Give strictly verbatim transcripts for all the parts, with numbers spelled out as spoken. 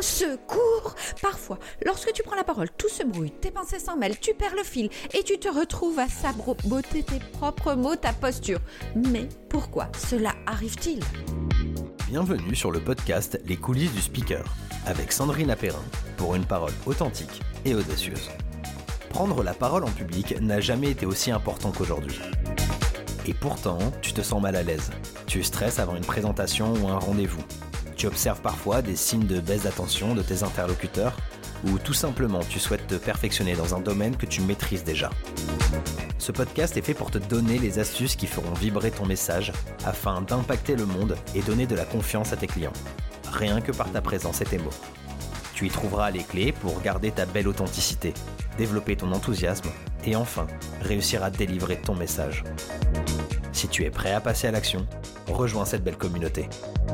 secours! Parfois, lorsque tu prends la parole, tout se brouille, tes pensées s'en mêlent, tu perds le fil et tu te retrouves à saboter tes propres mots, ta posture. Mais pourquoi cela arrive-t-il? Bienvenue sur le podcast Les coulisses du speaker, avec Sandrine Apérin, pour une parole authentique et audacieuse. Prendre la parole en public n'a jamais été aussi important qu'aujourd'hui. Et pourtant, tu te sens mal à l'aise. Tu stresses avant une présentation ou un rendez-vous. Tu observes parfois des signes de baisse d'attention de tes interlocuteurs ou tout simplement tu souhaites te perfectionner dans un domaine que tu maîtrises déjà. Ce podcast est fait pour te donner les astuces qui feront vibrer ton message afin d'impacter le monde et donner de la confiance à tes clients. Rien que par ta présence et tes mots. Tu y trouveras les clés pour garder ta belle authenticité, développer ton enthousiasme et enfin réussir à délivrer ton message. Si tu es prêt à passer à l'action, rejoins cette belle communauté.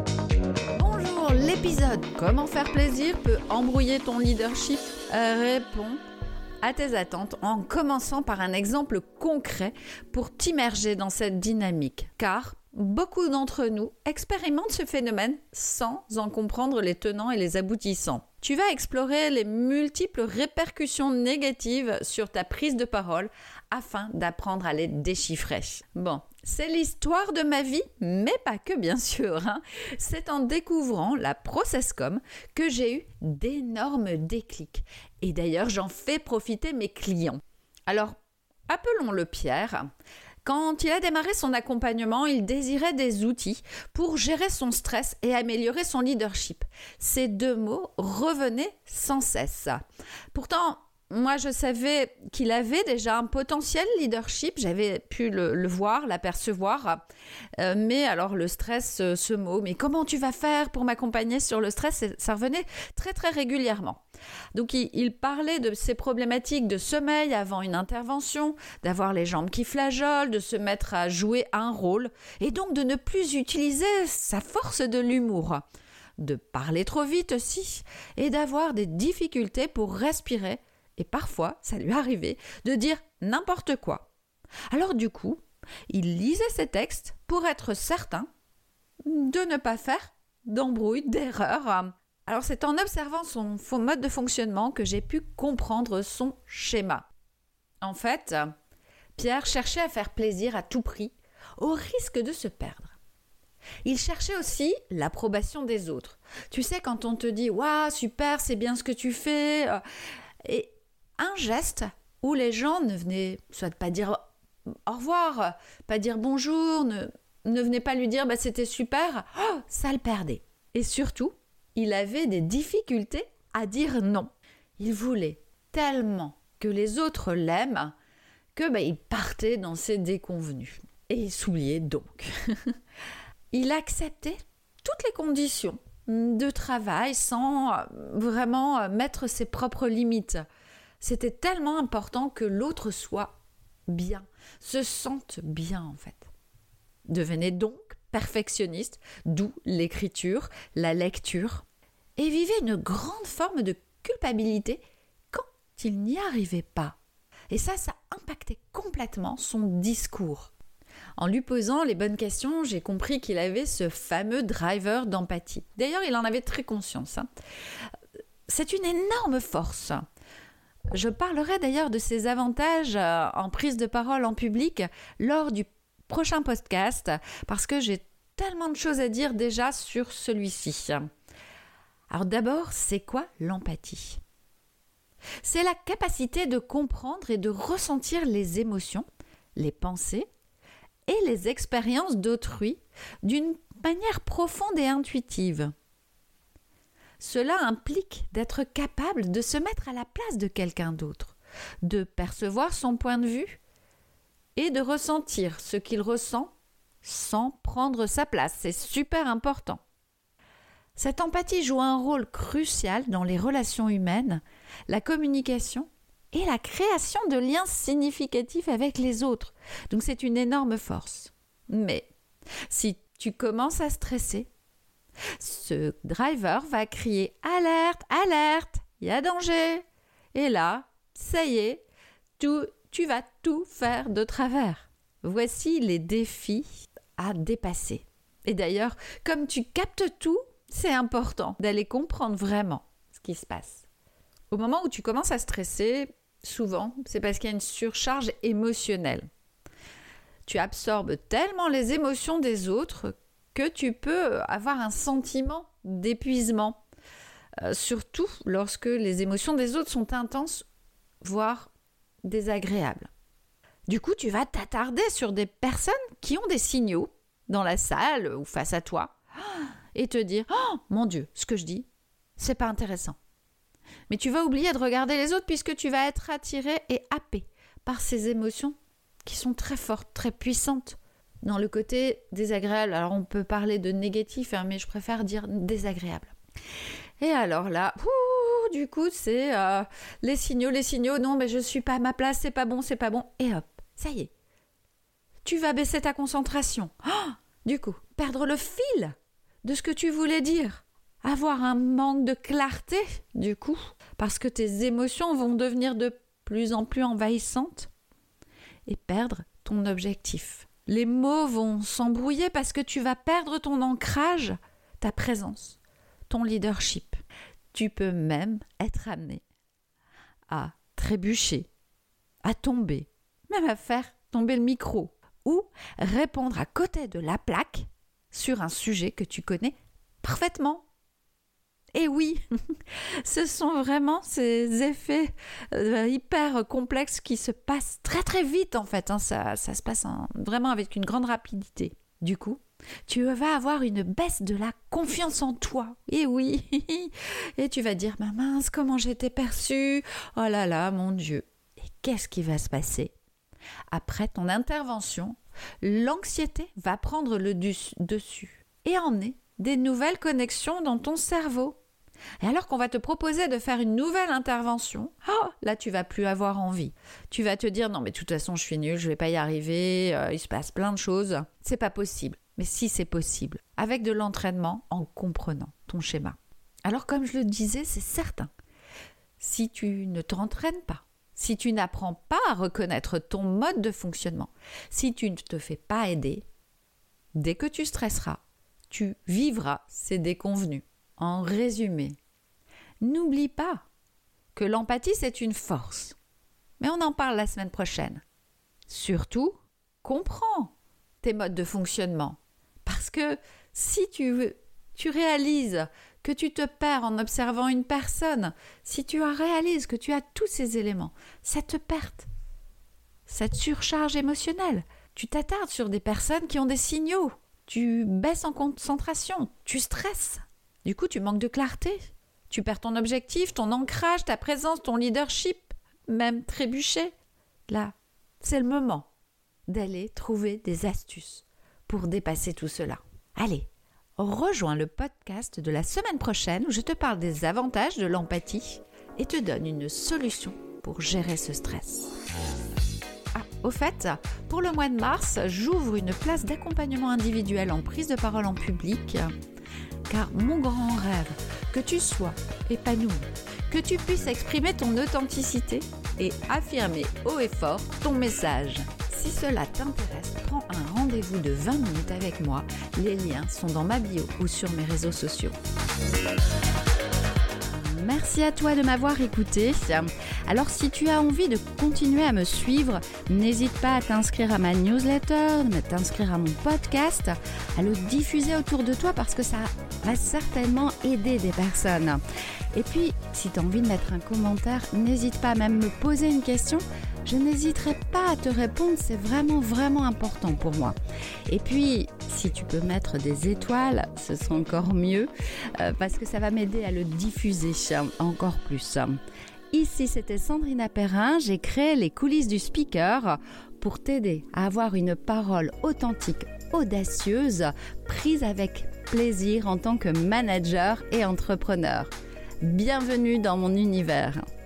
Bonjour, l'épisode « Comment faire plaisir peut embrouiller ton leadership ?» répond à tes attentes en commençant par un exemple concret pour t'immerger dans cette dynamique. Car beaucoup d'entre nous expérimentent ce phénomène sans en comprendre les tenants et les aboutissants. Tu vas explorer les multiples répercussions négatives sur ta prise de parole afin d'apprendre à les déchiffrer. Bon, c'est l'histoire de ma vie, mais pas que bien sûr. Hein. C'est en découvrant la ProcessCom que j'ai eu d'énormes déclics. Et d'ailleurs, j'en fais profiter mes clients. Alors, appelons-le Pierre. Quand il a démarré son accompagnement, il désirait des outils pour gérer son stress et améliorer son leadership. Ces deux mots revenaient sans cesse. Pourtant, moi, je savais qu'il avait déjà un potentiel leadership. J'avais pu le, le voir, l'apercevoir. Euh, mais alors, le stress, euh, ce mot, mais comment tu vas faire pour m'accompagner sur le stress? Ça revenait très, très régulièrement. Donc, il, il parlait de ces problématiques de sommeil avant une intervention, d'avoir les jambes qui flageolent, de se mettre à jouer un rôle et donc de ne plus utiliser sa force de l'humour, de parler trop vite aussi et d'avoir des difficultés pour respirer. Et parfois, ça lui arrivait de dire n'importe quoi. Alors du coup, il lisait ses textes pour être certain de ne pas faire d'embrouille, d'erreur. Alors c'est en observant son faux mode de fonctionnement que j'ai pu comprendre son schéma. En fait, Pierre cherchait à faire plaisir à tout prix, au risque de se perdre. Il cherchait aussi l'approbation des autres. Tu sais, quand on te dit « Waouh, super, c'est bien ce que tu fais !» Et un geste où les gens ne venaient soit pas dire au revoir, pas dire bonjour, ne, ne venaient pas lui dire bah, c'était super, oh, ça le perdait. Et surtout, il avait des difficultés à dire non. Il voulait tellement que les autres l'aiment que bah, il partait dans ses déconvenus. Et il s'oubliait donc. Il acceptait toutes les conditions de travail sans vraiment mettre ses propres limites. C'était tellement important que l'autre soit bien, se sente bien en fait. Devenait donc perfectionniste, d'où l'écriture, la lecture, et vivait une grande forme de culpabilité quand il n'y arrivait pas. Et ça, ça impactait complètement son discours. En lui posant les bonnes questions, j'ai compris qu'il avait ce fameux driver d'empathie. D'ailleurs, il en avait très conscience. Hein. C'est une énorme force. Je parlerai d'ailleurs de ses avantages en prise de parole en public lors du prochain podcast parce que j'ai tellement de choses à dire déjà sur celui-ci. Alors d'abord, c'est quoi l'empathie? C'est la capacité de comprendre et de ressentir les émotions, les pensées et les expériences d'autrui d'une manière profonde et intuitive. Cela implique d'être capable de se mettre à la place de quelqu'un d'autre, de percevoir son point de vue et de ressentir ce qu'il ressent sans prendre sa place. C'est super important. Cette empathie joue un rôle crucial dans les relations humaines, la communication et la création de liens significatifs avec les autres. Donc c'est une énorme force. Mais si tu commences à stresser, ce driver va crier « Alerte, alerte, il y a danger !» Et là, ça y est, tout, tu vas tout faire de travers. Voici les défis à dépasser. Et d'ailleurs, comme tu captes tout, c'est important d'aller comprendre vraiment ce qui se passe. Au moment où tu commences à stresser, souvent, c'est parce qu'il y a une surcharge émotionnelle. Tu absorbes tellement les émotions des autres que tu peux avoir un sentiment d'épuisement. Euh, surtout lorsque les émotions des autres sont intenses, voire désagréables. Du coup, tu vas t'attarder sur des personnes qui ont des signaux dans la salle ou face à toi et te dire « Oh, mon Dieu, ce que je dis, c'est pas intéressant. » Mais tu vas oublier de regarder les autres puisque tu vas être attiré et happé par ces émotions qui sont très fortes, très puissantes. Dans le côté désagréable, alors on peut parler de négatif, hein, mais je préfère dire désagréable. Et alors là, ouh, du coup, c'est euh, les signaux, les signaux, non, mais je suis pas à ma place, c'est pas bon, c'est pas bon. Et hop, ça y est. Tu vas baisser ta concentration. Oh, du coup, perdre le fil de ce que tu voulais dire. Avoir un manque de clarté, du coup, parce que tes émotions vont devenir de plus en plus envahissantes et perdre ton objectif. Les mots vont s'embrouiller parce que tu vas perdre ton ancrage, ta présence, ton leadership. Tu peux même être amené à trébucher, à tomber, même à faire tomber le micro ou répondre à côté de la plaque sur un sujet que tu connais parfaitement. Et oui, ce sont vraiment ces effets euh, hyper complexes qui se passent très très vite en fait. Hein. Ça, ça se passe hein, vraiment avec une grande rapidité. Du coup, tu vas avoir une baisse de la confiance en toi. Et oui, et tu vas dire, bah mince, comment j'étais perçue. Oh là là, mon Dieu. Et qu'est-ce qui va se passer ? Après ton intervention, l'anxiété va prendre le dessus et emmener des nouvelles connexions dans ton cerveau. Et alors qu'on va te proposer de faire une nouvelle intervention, oh, là tu vas plus avoir envie. Tu vas te dire non mais de toute façon je suis nulle, je vais pas y arriver, euh, il se passe plein de choses. C'est pas possible. Mais si c'est possible, avec de l'entraînement, en comprenant ton schéma. Alors comme je le disais, c'est certain. Si tu ne t'entraînes pas, si tu n'apprends pas à reconnaître ton mode de fonctionnement, si tu ne te fais pas aider, dès que tu stresseras, tu vivras ces déconvenus. En résumé, n'oublie pas que l'empathie, c'est une force. Mais on en parle la semaine prochaine. Surtout, comprends tes modes de fonctionnement. Parce que si tu, tu réalises que tu te perds en observant une personne, si tu réalises que tu as tous ces éléments, cette perte, cette surcharge émotionnelle, tu t'attardes sur des personnes qui ont des signaux, tu baisses en concentration, tu stresses. Du coup, tu manques de clarté. Tu perds ton objectif, ton ancrage, ta présence, ton leadership, même trébucher. Là, c'est le moment d'aller trouver des astuces pour dépasser tout cela. Allez, rejoins le podcast de la semaine prochaine où je te parle des avantages de l'empathie et te donne une solution pour gérer ce stress. Ah, au fait, pour le mois de mars, j'ouvre une place d'accompagnement individuel en prise de parole en public. Car mon grand rêve, que tu sois épanoui, que tu puisses exprimer ton authenticité et affirmer haut et fort ton message. Si cela t'intéresse, prends un rendez-vous de vingt minutes avec moi. Les liens sont dans ma bio ou sur mes réseaux sociaux. Merci à toi de m'avoir écouté. Alors si tu as envie de continuer à me suivre, n'hésite pas à t'inscrire à ma newsletter, à t'inscrire à mon podcast, à le diffuser autour de toi parce que ça va certainement aider des personnes. Et puis, si tu as envie de mettre un commentaire, n'hésite pas à même me poser une question. Je n'hésiterai pas à te répondre, c'est vraiment, vraiment important pour moi. Et puis, si tu peux mettre des étoiles, ce sera encore mieux, euh, parce que ça va m'aider à le diffuser encore plus. Ici, c'était Sandrine Perrin, j'ai créé les coulisses du speaker pour t'aider à avoir une parole authentique, audacieuse, prise avec plaisir en tant que manager et entrepreneur. Bienvenue dans mon univers.